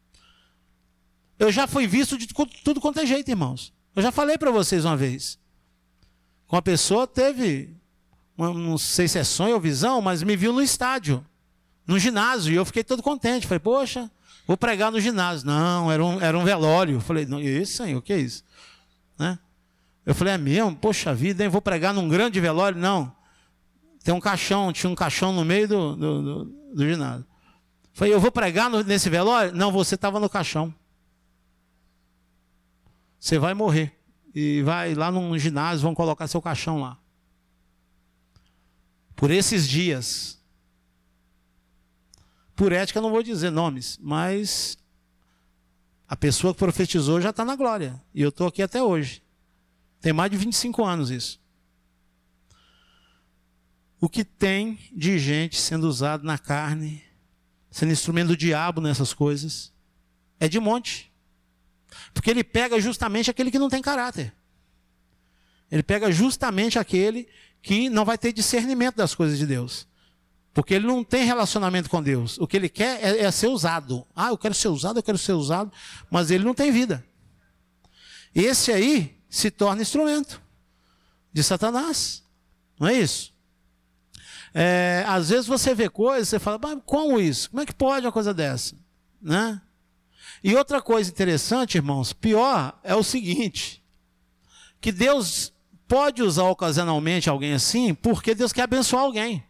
Eu já fui visto de tudo quanto é jeito, irmãos. Eu já falei para vocês uma vez. Uma pessoa teve, não sei se é sonho ou visão, mas me viu no estádio, no ginásio, e eu fiquei todo contente. Falei, poxa, vou pregar no ginásio. Não, era um, era um velório. Eu falei, não, isso, Senhor, o que é isso? Né? Eu falei, é mesmo? Poxa vida, hein? Vou pregar num grande velório? Não. Tem um caixão, tinha um caixão no meio do, do, do, do ginásio. Eu falei, eu vou pregar no, nesse velório? Não, você estava no caixão. Você vai morrer. E vai lá no ginásio, vão colocar seu caixão lá. Por esses dias. Por ética, eu não vou dizer nomes, mas a pessoa que profetizou já está na glória. E eu estou aqui até hoje. Tem mais de vinte e cinco anos isso. O que tem de gente sendo usado na carne, sendo instrumento do diabo nessas coisas, é de monte. Porque ele pega justamente aquele que não tem caráter. Ele pega justamente aquele que não vai ter discernimento das coisas de Deus. Porque ele não tem relacionamento com Deus. O que ele quer é, é ser usado. Ah, eu quero ser usado, eu quero ser usado. Mas ele não tem vida. Esse aí se torna instrumento de Satanás. Não é isso? É, às vezes você vê coisas, você fala, mas como isso? Como é que pode uma coisa dessa? Né? E outra coisa interessante, irmãos, pior é o seguinte, que Deus pode usar ocasionalmente alguém assim, porque Deus quer abençoar alguém.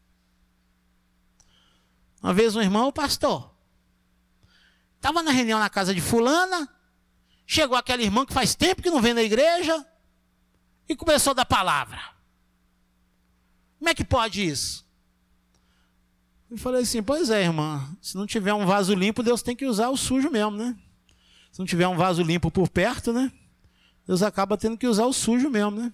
Uma vez um irmão, pastor, estava na reunião na casa de fulana, chegou aquela irmã que faz tempo que não vem na igreja, e começou a dar palavra. Como é que pode isso? Eu falei assim, pois é, irmã, se não tiver um vaso limpo, Deus tem que usar o sujo mesmo, né? Se não tiver um vaso limpo por perto, né? Deus acaba tendo que usar o sujo mesmo, né?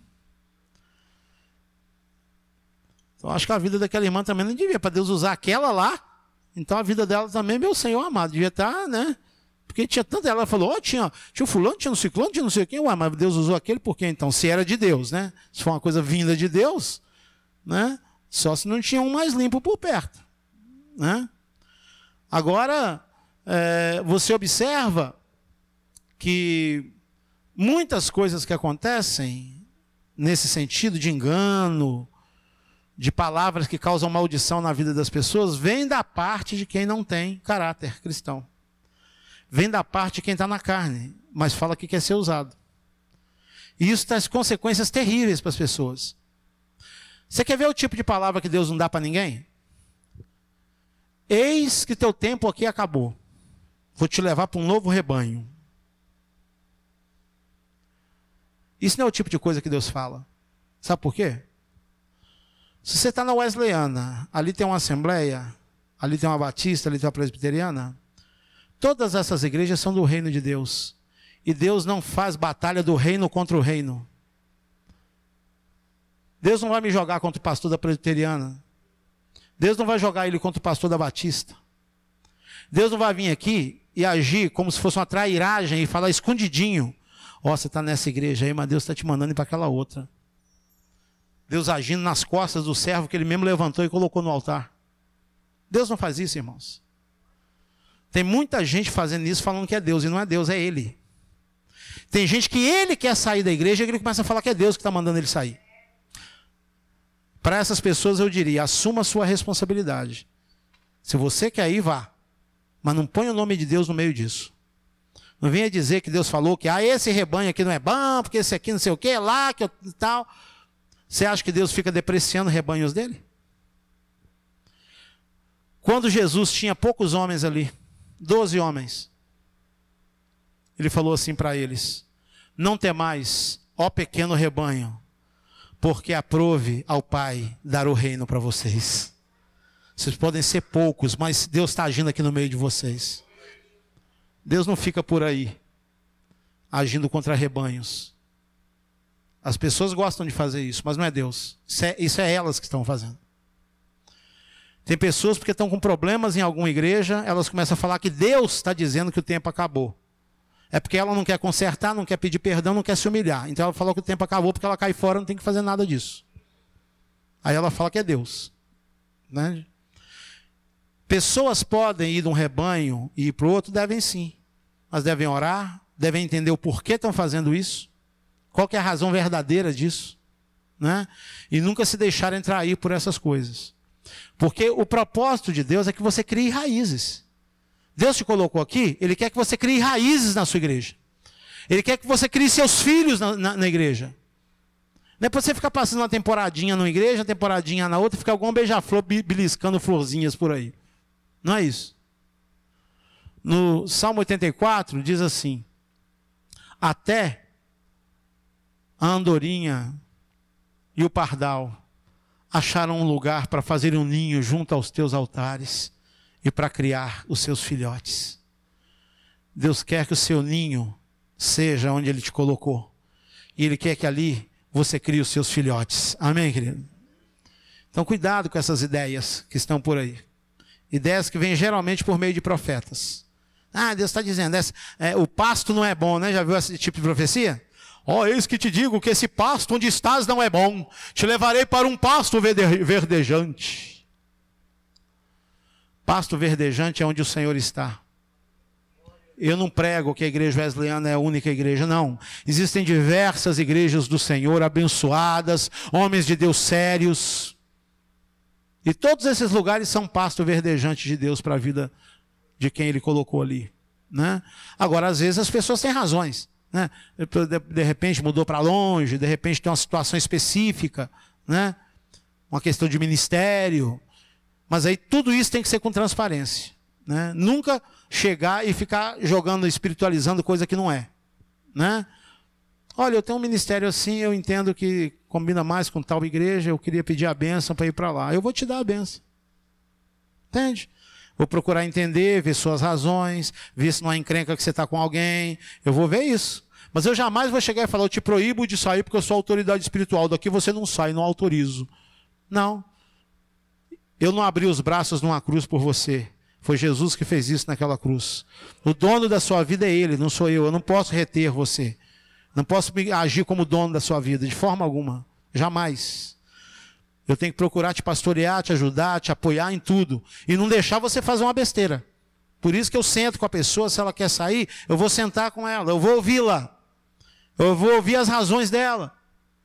Então acho que a vida daquela irmã também não devia, para Deus usar aquela lá. Então a vida dela também, meu Senhor amado, devia estar, né? Porque tinha tanta, ela falou, ó, oh, tinha, tinha o fulano, tinha o ciclano, tinha não sei quem, ué, mas Deus usou aquele por quê? Então, se era de Deus, né? Se for uma coisa vinda de Deus, né? Só se não tinha um mais limpo por perto, né? Agora, é, você observa que muitas coisas que acontecem nesse sentido de engano, de palavras que causam maldição na vida das pessoas, vem da parte de quem não tem caráter cristão. Vem da parte de quem está na carne, mas fala que quer ser usado. E isso traz consequências terríveis para as pessoas. Você quer ver o tipo de palavra que Deus não dá para ninguém? Eis que teu tempo aqui acabou. Vou te levar para um novo rebanho. Isso não é o tipo de coisa que Deus fala. Sabe por quê? Se você está na Wesleyana, ali tem uma assembleia, ali tem uma batista, ali tem uma presbiteriana, todas essas igrejas são do reino de Deus. E Deus não faz batalha do reino contra o reino. Deus não vai me jogar contra o pastor da presbiteriana. Deus não vai jogar ele contra o pastor da batista. Deus não vai vir aqui e agir como se fosse uma trairagem e falar escondidinho. Ó, oh, você está nessa igreja aí, mas Deus está te mandando ir para aquela outra. Deus agindo nas costas do servo que ele mesmo levantou e colocou no altar. Deus não faz isso, irmãos. Tem muita gente fazendo isso falando que é Deus, e não é Deus, é ele. Tem gente que ele quer sair da igreja e ele começa a falar que é Deus que está mandando ele sair. Para essas pessoas eu diria, assuma a sua responsabilidade. Se você quer ir, vá. Mas não ponha o nome de Deus no meio disso. Não venha dizer que Deus falou que ah, esse rebanho aqui não é bom, porque esse aqui não sei o que, é lá, que eu, tal. Você acha que Deus fica depreciando rebanhos dele? Quando Jesus tinha poucos homens ali, doze homens, ele falou assim para eles, não temais, ó pequeno rebanho, porque aprove ao Pai dar o reino para vocês. Vocês podem ser poucos, mas Deus está agindo aqui no meio de vocês. Deus não fica por aí, agindo contra rebanhos. As pessoas gostam de fazer isso, mas não é Deus. Isso é, isso é elas que estão fazendo. Tem pessoas porque estão com problemas em alguma igreja, elas começam a falar que Deus está dizendo que o tempo acabou. É porque ela não quer consertar, não quer pedir perdão, não quer se humilhar. Então ela falou que o tempo acabou porque ela cai fora, não tem que fazer nada disso. Aí ela fala que é Deus. Né? Pessoas podem ir de um rebanho e ir para o outro, devem sim. Mas devem orar, devem entender o porquê estão fazendo isso. Qual que é a razão verdadeira disso? Né? E nunca se deixarem trair por essas coisas. Porque o propósito de Deus é que você crie raízes. Deus te colocou aqui, Ele quer que você crie raízes na sua igreja. Ele quer que você crie seus filhos na, na, na igreja. Não é para você ficar passando uma temporadinha numa igreja, uma temporadinha na outra, e ficar algum beija-flor beliscando florzinhas por aí. Não é isso. No Salmo oitenta e quatro diz assim, até a andorinha e o pardal acharam um lugar para fazer um ninho junto aos teus altares e para criar os seus filhotes. Deus quer que o seu ninho seja onde Ele te colocou. E Ele quer que ali você crie os seus filhotes. Amém, querido? Então cuidado com essas ideias que estão por aí. Ideias que vêm geralmente por meio de profetas. Ah, Deus está dizendo, essa, é, o pasto não é bom, né? Já viu esse tipo de profecia? Ó, oh, eis que te digo que esse pasto onde estás não é bom. Te levarei para um pasto verdejante. Pasto verdejante é onde o Senhor está. Eu não prego que a igreja wesleyana é a única igreja, não. Existem diversas igrejas do Senhor, abençoadas, homens de Deus sérios. E todos esses lugares são pasto verdejante de Deus para a vida de quem Ele colocou ali. Né? Agora, às vezes as pessoas têm razões. Né? De, de repente mudou para longe, de repente tem uma situação específica, né? Uma questão de ministério, mas aí tudo isso tem que ser com transparência, né? Nunca chegar e ficar jogando, espiritualizando coisa que não é, né? Olha, eu tenho um ministério assim, eu entendo que combina mais com tal igreja, eu queria pedir a bênção para ir para lá, eu vou te dar a bênção, entende? Vou procurar entender, ver suas razões, ver se não há encrenca que você está com alguém. Eu vou ver isso. Mas eu jamais vou chegar e falar, eu te proíbo de sair porque eu sou autoridade espiritual. Daqui você não sai, não autorizo. Não. Eu não abri os braços numa cruz por você. Foi Jesus que fez isso naquela cruz. O dono da sua vida é Ele, não sou eu. Eu não posso reter você. Não posso agir como dono da sua vida, de forma alguma. Jamais. Eu tenho que procurar te pastorear, te ajudar, te apoiar em tudo. E não deixar você fazer uma besteira. Por isso que eu sento com a pessoa, se ela quer sair, eu vou sentar com ela, eu vou ouvi-la. Eu vou ouvir as razões dela.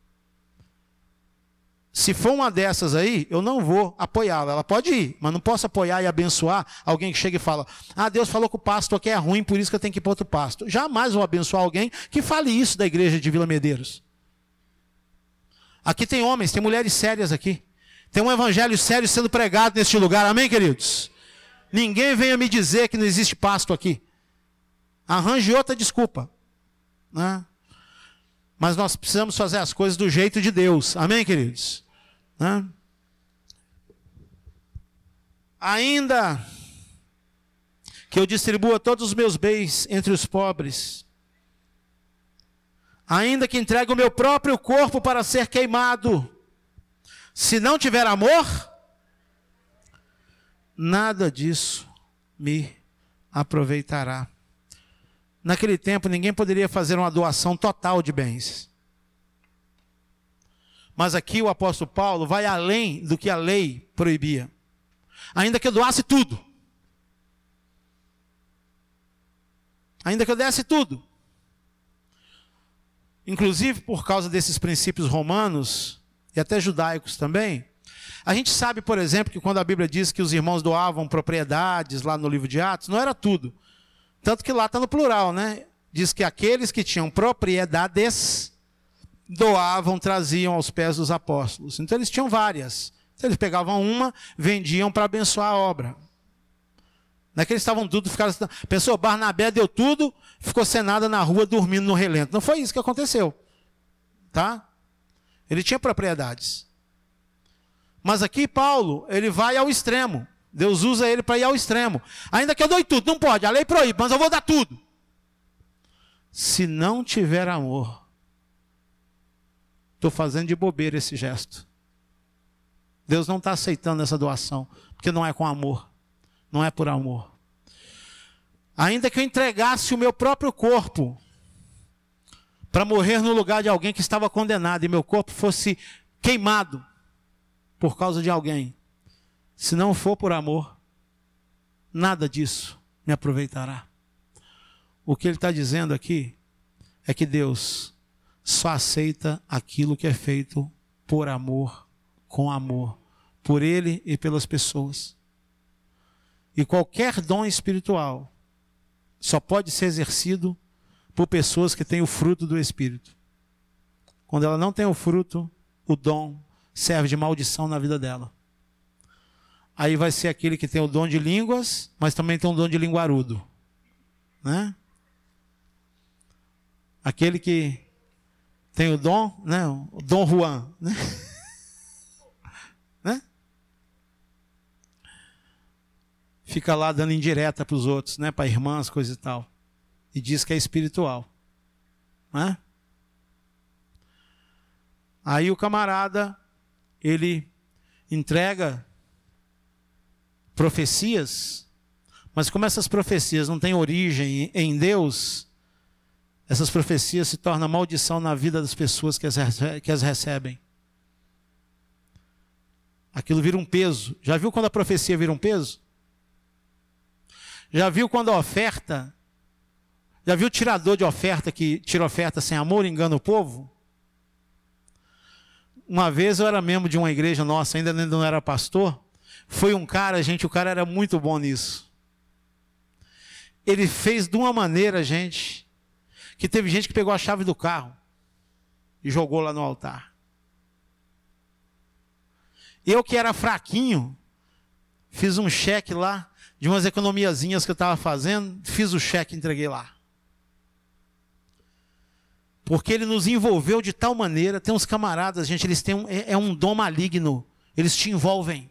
Se for uma dessas aí, eu não vou apoiá-la. Ela pode ir, mas não posso apoiar e abençoar alguém que chega e fala, ah, Deus falou que o pastor aqui é ruim, por isso que eu tenho que ir para outro pastor. Jamais vou abençoar alguém que fale isso da igreja de Vila Medeiros. Aqui tem homens, tem mulheres sérias aqui. Tem um evangelho sério sendo pregado neste lugar. Amém, queridos? Ninguém venha me dizer que não existe pasto aqui. Arranje outra desculpa. Né? Mas nós precisamos fazer as coisas do jeito de Deus. Amém, queridos? Né? Ainda que eu distribua todos os meus bens entre os pobres, ainda que entregue o meu próprio corpo para ser queimado, se não tiver amor, nada disso me aproveitará. Naquele tempo ninguém poderia fazer uma doação total de bens. Mas aqui o apóstolo Paulo vai além do que a lei proibia. Ainda que eu doasse tudo. Ainda que eu desse tudo. Inclusive por causa desses princípios romanos e até judaicos também. A gente sabe, por exemplo, que quando a Bíblia diz que os irmãos doavam propriedades lá no livro de Atos, não era tudo. Tanto que lá está no plural, né? Diz que aqueles que tinham propriedades doavam, traziam aos pés dos apóstolos. Então eles tinham várias. Então, eles pegavam uma, vendiam para abençoar a obra. Não é que eles estavam tudo, ficaram... Pensou, Barnabé deu tudo, ficou senada na rua dormindo no relento. Não foi isso que aconteceu. Tá? Ele tinha propriedades. Mas aqui Paulo, ele vai ao extremo. Deus usa ele para ir ao extremo. Ainda que eu dou tudo, não pode, a lei proíbe, mas eu vou dar tudo. Se não tiver amor, estou fazendo de bobeira esse gesto. Deus não está aceitando essa doação, porque não é com amor, não é por amor. Ainda que eu entregasse o meu próprio corpo para morrer no lugar de alguém que estava condenado e meu corpo fosse queimado por causa de alguém, se não for por amor, nada disso me aproveitará. O que ele está dizendo aqui é que Deus só aceita aquilo que é feito por amor, com amor, por Ele e pelas pessoas. E qualquer dom espiritual só pode ser exercido por pessoas que têm o fruto do Espírito. Quando ela não tem o fruto, o dom serve de maldição na vida dela. Aí vai ser aquele que tem o dom de línguas, mas também tem o dom de linguarudo. Né? Aquele que tem o dom, né? O Dom Juan. Né? Né? Fica lá dando indireta para os outros, né? Para irmãs, coisa e tal. E diz que é espiritual. Né? Aí o camarada, ele entrega profecias, mas como essas profecias não têm origem em Deus, essas profecias se tornam maldição na vida das pessoas que as, que as recebem. Aquilo vira um peso. Já viu quando a profecia vira um peso? Já viu quando a oferta, já viu o tirador de oferta que tira oferta sem amor e engana o povo? Uma vez eu era membro de uma igreja nossa, ainda não era pastor. Foi um cara, gente, o cara era muito bom nisso. Ele fez de uma maneira, gente, que teve gente que pegou a chave do carro e jogou lá no altar. Eu que era fraquinho, fiz um cheque lá, de umas economiazinhas que eu estava fazendo, fiz o cheque e entreguei lá. Porque ele nos envolveu de tal maneira, tem uns camaradas, gente, eles têm um, é, é um dom maligno, eles te envolvem.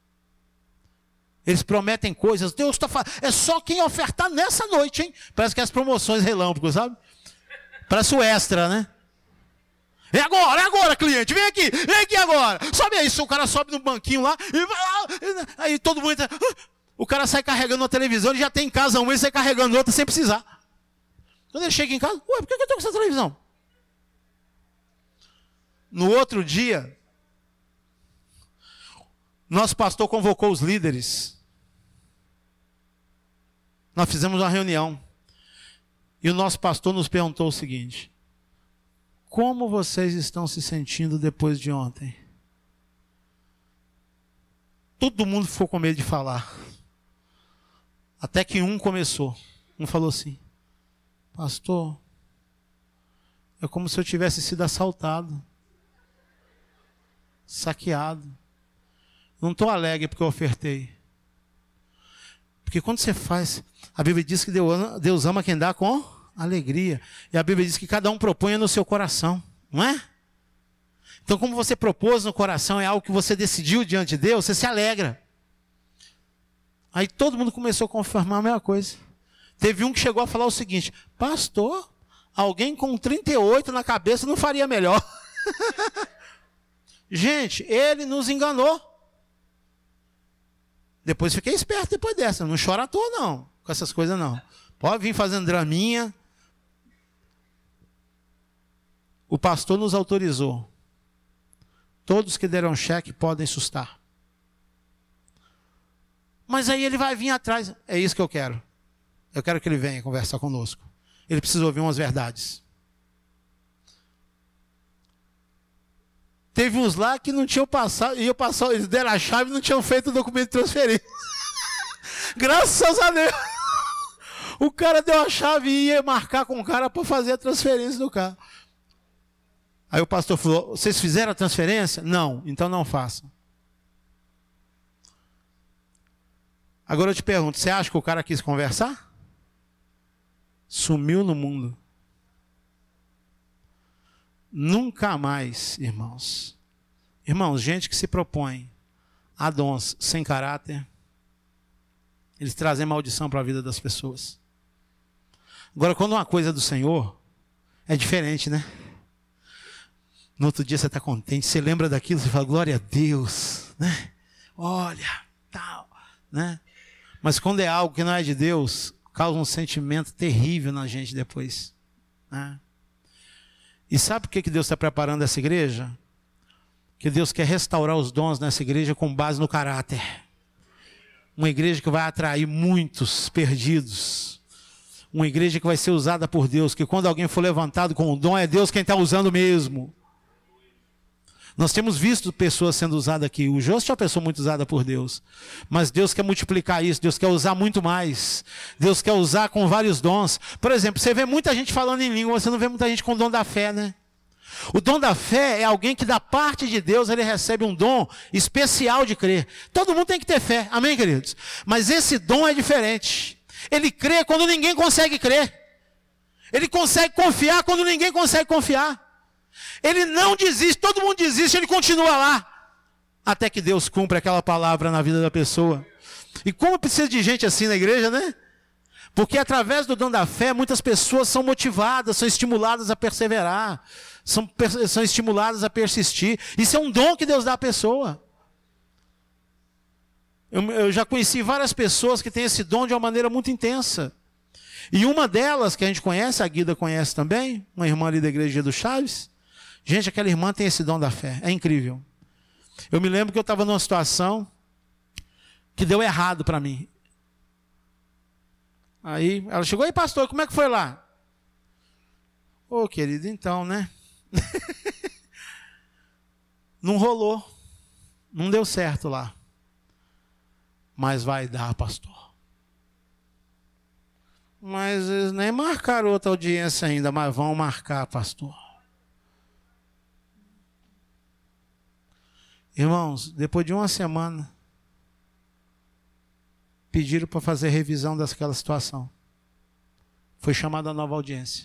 Eles prometem coisas, Deus está falando, é só quem ofertar nessa noite, hein? Parece que é as promoções relâmpagos, sabe? Parece o extra, né? É agora, é agora, cliente, vem aqui, vem aqui agora. Sobe aí, o cara sobe no banquinho lá, e aí todo mundo entra. O cara sai carregando a televisão, ele já tem em casa uma, ele sai carregando outra sem precisar. Quando ele chega em casa, ué, por que eu estou com essa televisão? No outro dia, nosso pastor convocou os líderes. Nós fizemos uma reunião. E o nosso pastor nos perguntou o seguinte: como vocês estão se sentindo depois de ontem? Todo mundo ficou com medo de falar. Até que um começou. Um falou assim: pastor, é como se eu tivesse sido assaltado, saqueado. Não estou alegre porque eu ofertei. Porque quando você faz, a Bíblia diz que Deus ama quem dá com alegria. E a Bíblia diz que cada um propõe no seu coração, não é? Então, como você propôs no coração, é algo que você decidiu diante de Deus, você se alegra. Aí todo mundo começou a confirmar a mesma coisa. Teve um que chegou a falar o seguinte: pastor, alguém com trinta e oito na cabeça não faria melhor. Gente, ele nos enganou. Depois fiquei esperto depois dessa. Não chora à toa não, com essas coisas não. Pode vir fazendo draminha. O pastor nos autorizou. Todos que deram cheque podem sustar. Mas aí ele vai vir atrás. É isso que eu quero. Eu quero que ele venha conversar conosco. Ele precisa ouvir umas verdades. Teve uns lá que não tinham passado, iam passar, eles deram a chave e não tinham feito o documento de transferência. Graças a Deus. O cara deu a chave e ia marcar com o cara para fazer a transferência do carro. Aí o pastor falou: vocês fizeram a transferência? Não, então não façam. Agora eu te pergunto, você acha que o cara quis conversar? Sumiu no mundo. Nunca mais, irmãos. Irmãos, gente que se propõe a dons sem caráter, eles trazem maldição para a vida das pessoas. Agora, quando uma coisa é do Senhor, é diferente, né? No outro dia você está contente, você lembra daquilo, você fala: glória a Deus, né? Olha, tal, né? Mas quando é algo que não é de Deus, causa um sentimento terrível na gente depois, né? E sabe por que Deus está preparando essa igreja? Que Deus quer restaurar os dons nessa igreja com base no caráter. Uma igreja que vai atrair muitos perdidos. Uma igreja que vai ser usada por Deus, que quando alguém for levantado com o dom, é Deus quem está usando mesmo. Nós temos visto pessoas sendo usadas aqui. O Josto é uma pessoa muito usada por Deus. Mas Deus quer multiplicar isso. Deus quer usar muito mais. Deus quer usar com vários dons. Por exemplo, você vê muita gente falando em língua, você não vê muita gente com o dom da fé, né? O dom da fé é alguém que da parte de Deus ele recebe um dom especial de crer. Todo mundo tem que ter fé. Amém, queridos? Mas esse dom é diferente. Ele crê quando ninguém consegue crer. Ele consegue confiar quando ninguém consegue confiar. Ele não desiste, todo mundo desiste, ele continua lá. Até que Deus cumpre aquela palavra na vida da pessoa. E como precisa de gente assim na igreja, né? Porque através do dom da fé, muitas pessoas são motivadas, são estimuladas a perseverar. São, são estimuladas a persistir. Isso é um dom que Deus dá à pessoa. Eu, eu já conheci várias pessoas que têm esse dom de uma maneira muito intensa. E uma delas, que a gente conhece, a Guida conhece também, uma irmã ali da igreja do Chaves. Gente, aquela irmã tem esse dom da fé. É incrível. Eu me lembro que eu estava numa situação que deu errado para mim. Aí ela chegou: ei, pastor, como é que foi lá? Ô, querido, então, né? Não rolou. Não deu certo lá. Mas vai dar, pastor. Mas eles nem marcaram outra audiência ainda, mas vão marcar, pastor. Irmãos, depois de uma semana, pediram para fazer revisão daquela situação. Foi chamada a nova audiência.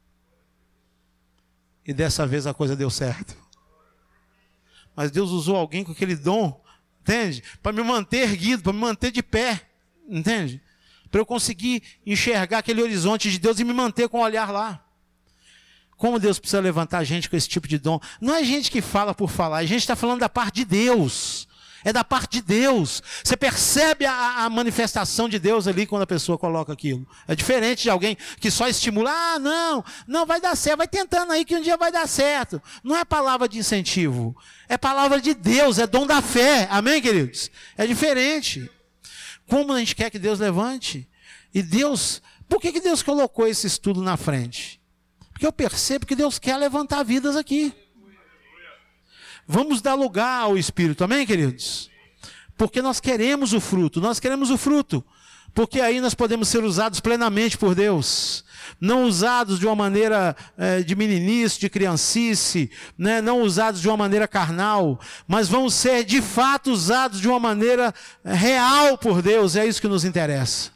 E dessa vez a coisa deu certo. Mas Deus usou alguém com aquele dom, entende? Para me manter erguido, para me manter de pé, entende? Para eu conseguir enxergar aquele horizonte de Deus e me manter com o olhar lá. como Deus precisa levantar gente com esse tipo de dom. Não é gente que fala por falar, a gente está falando da parte de Deus. É da parte de Deus. Você percebe a, a manifestação de Deus ali quando a pessoa coloca aquilo. É diferente de alguém que só estimula. Ah, não, não vai dar certo. Vai tentando aí que um dia vai dar certo. Não é palavra de incentivo. É palavra de Deus, é dom da fé. Amém, queridos? É diferente. Como a gente quer que Deus levante? E Deus... Por que, que Deus colocou esse estudo na frente? Porque eu percebo que Deus quer levantar vidas aqui. Vamos dar lugar ao Espírito, amém, queridos? Porque nós queremos o fruto, nós queremos o fruto. Porque aí nós podemos ser usados plenamente por Deus. Não usados de uma maneira é, de meninice, de criancice, né? Não usados de uma maneira carnal, mas vamos ser de fato usados de uma maneira real por Deus, é isso que nos interessa.